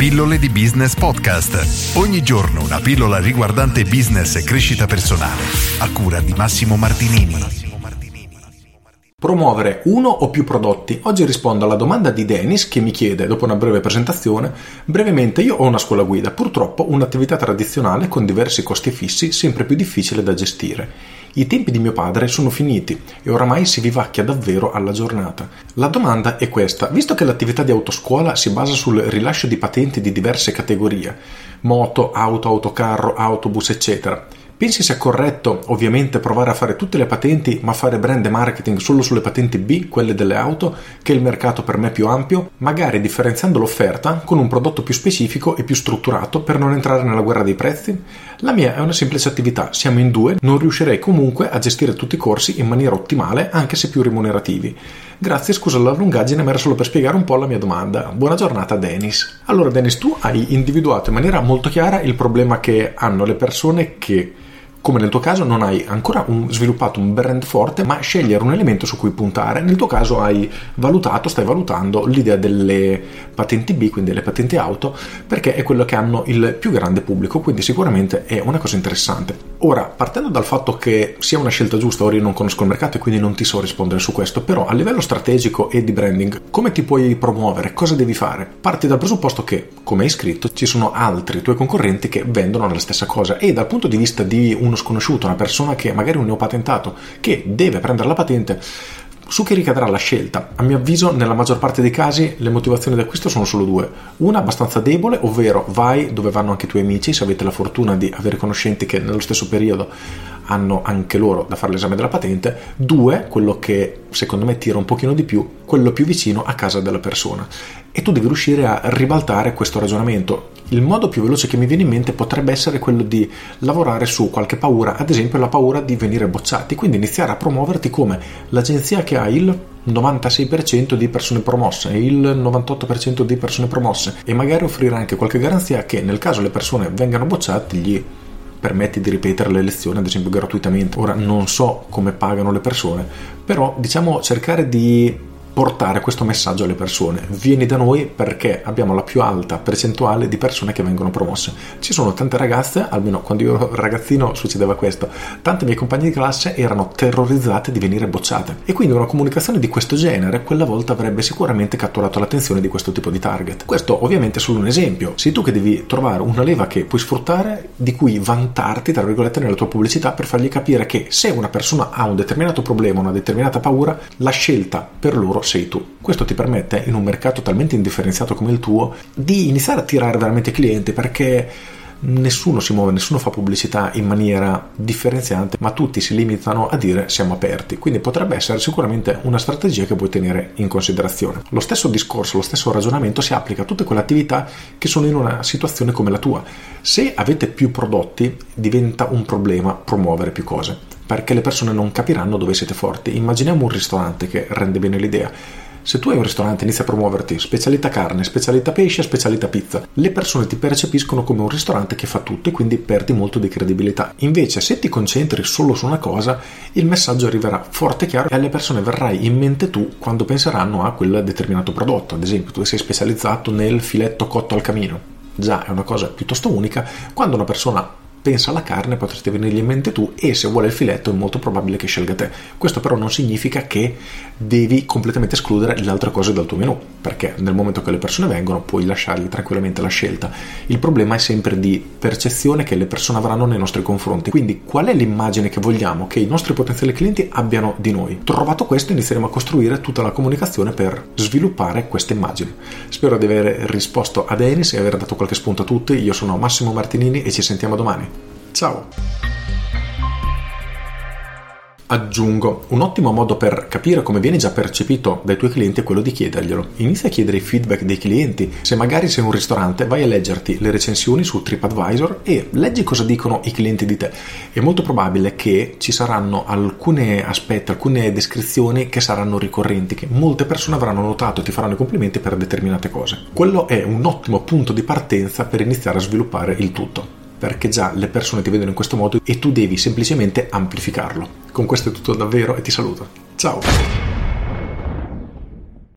Pillole di Business Podcast. Ogni giorno una pillola riguardante business e crescita personale. A cura di Massimo Martinini. Promuovere uno o più prodotti. Oggi rispondo alla domanda di Dennis che mi chiede, dopo una breve presentazione, brevemente: io ho una scuola guida, purtroppo un'attività tradizionale con diversi costi fissi sempre più difficile da gestire. I tempi di mio padre sono finiti e oramai si vivacchia davvero alla giornata. La domanda è questa: visto che l'attività di autoscuola si basa sul rilascio di patenti di diverse categorie, moto, auto, autocarro, autobus, eccetera, pensi sia corretto ovviamente provare a fare tutte le patenti ma fare brand e marketing solo sulle patenti B, quelle delle auto, che è il mercato per me più ampio, magari differenziando l'offerta con un prodotto più specifico e più strutturato per non entrare nella guerra dei prezzi? La mia è una semplice attività, siamo in due, non riuscirei comunque a gestire tutti i corsi in maniera ottimale anche se più remunerativi. Grazie, scusa la lungaggine, ma era solo per spiegare un po' la mia domanda. Buona giornata Dennis. Allora Dennis, tu hai individuato in maniera molto chiara il problema che hanno le persone che, come nel tuo caso, non hai ancora sviluppato un brand forte, ma scegliere un elemento su cui puntare. Nel tuo caso stai valutando l'idea delle patenti B, quindi le patenti auto, perché è quello che hanno il più grande pubblico, quindi sicuramente è una cosa interessante. Ora, partendo dal fatto che sia una scelta giusta, ora io non conosco il mercato e quindi non ti so rispondere su questo, però a livello strategico e di branding, come ti puoi promuovere? Cosa devi fare? Parti dal presupposto che, come hai scritto, ci sono altri tuoi concorrenti che vendono la stessa cosa e dal punto di vista di uno sconosciuto, una persona che magari un neopatentato che deve prendere la patente, su che ricadrà la scelta? A mio avviso, nella maggior parte dei casi, le motivazioni di acquisto sono solo due. Una abbastanza debole, ovvero vai dove vanno anche i tuoi amici, se avete la fortuna di avere conoscenti che nello stesso periodo hanno anche loro da fare l'esame della patente. Due, quello che secondo me tira un pochino di più, quello più vicino a casa della persona. E tu devi riuscire a ribaltare questo ragionamento. Il modo più veloce che mi viene in mente potrebbe essere quello di lavorare su qualche paura, ad esempio la paura di venire bocciati, quindi iniziare a promuoverti come l'agenzia che ha il 96% di persone promosse, il 98% di persone promosse, e magari offrire anche qualche garanzia che nel caso le persone vengano bocciate gli permetti di ripetere le lezioni, ad esempio gratuitamente. Ora non so come pagano le persone, però diciamo cercare di portare questo messaggio alle persone: vieni da noi perché abbiamo la più alta percentuale di persone che vengono promosse. Ci sono tante ragazze, almeno quando io ero ragazzino succedeva questo, tante mie compagne di classe erano terrorizzate di venire bocciate, e quindi una comunicazione di questo genere quella volta avrebbe sicuramente catturato l'attenzione di questo tipo di target. Questo ovviamente è solo un esempio, sei tu che devi trovare una leva che puoi sfruttare, di cui vantarti tra virgolette nella tua pubblicità, per fargli capire che se una persona ha un determinato problema, una determinata paura, la scelta per loro sei tu. Questo ti permette, in un mercato talmente indifferenziato come il tuo, di iniziare a tirare veramente clienti, perché nessuno si muove, nessuno fa pubblicità in maniera differenziante, ma tutti si limitano a dire siamo aperti. Quindi potrebbe essere sicuramente una strategia che puoi tenere in considerazione. Lo stesso discorso, lo stesso ragionamento si applica a tutte quelle attività che sono in una situazione come la tua. Se avete più prodotti, diventa un problema promuovere più cose, perché le persone non capiranno dove siete forti. Immaginiamo un ristorante che rende bene l'idea. Se tu hai un ristorante e inizi a promuoverti specialità carne, specialità pesce, specialità pizza, le persone ti percepiscono come un ristorante che fa tutto e quindi perdi molto di credibilità. Invece se ti concentri solo su una cosa, il messaggio arriverà forte e chiaro e alle persone verrai in mente tu quando penseranno a quel determinato prodotto. Ad esempio, tu sei specializzato nel filetto cotto al camino. Già è una cosa piuttosto unica. Quando una persona pensa alla carne potresti venirgli in mente tu, e se vuole il filetto è molto probabile che scelga te. Questo però non significa che devi completamente escludere le altre cose dal tuo menù, perché nel momento che le persone vengono puoi lasciargli tranquillamente la scelta. Il problema è sempre di percezione che le persone avranno nei nostri confronti, quindi qual è l'immagine che vogliamo che i nostri potenziali clienti abbiano di noi. Trovato questo, inizieremo a costruire tutta la comunicazione per sviluppare questa immagine. Spero di aver risposto a Dennis e aver dato qualche spunto a tutti. Io sono Massimo Martinini e ci sentiamo domani. Ciao! Aggiungo, un ottimo modo per capire come viene già percepito dai tuoi clienti è quello di chiederglielo. Inizia a chiedere i feedback dei clienti. Se magari sei un ristorante, vai a leggerti le recensioni su TripAdvisor e leggi cosa dicono i clienti di te. È molto probabile che ci saranno alcuni aspetti, alcune descrizioni che saranno ricorrenti, che molte persone avranno notato e ti faranno i complimenti per determinate cose. Quello è un ottimo punto di partenza per iniziare a sviluppare il tutto, perché già le persone ti vedono in questo modo e tu devi semplicemente amplificarlo. Con questo è tutto davvero e ti saluto. Ciao!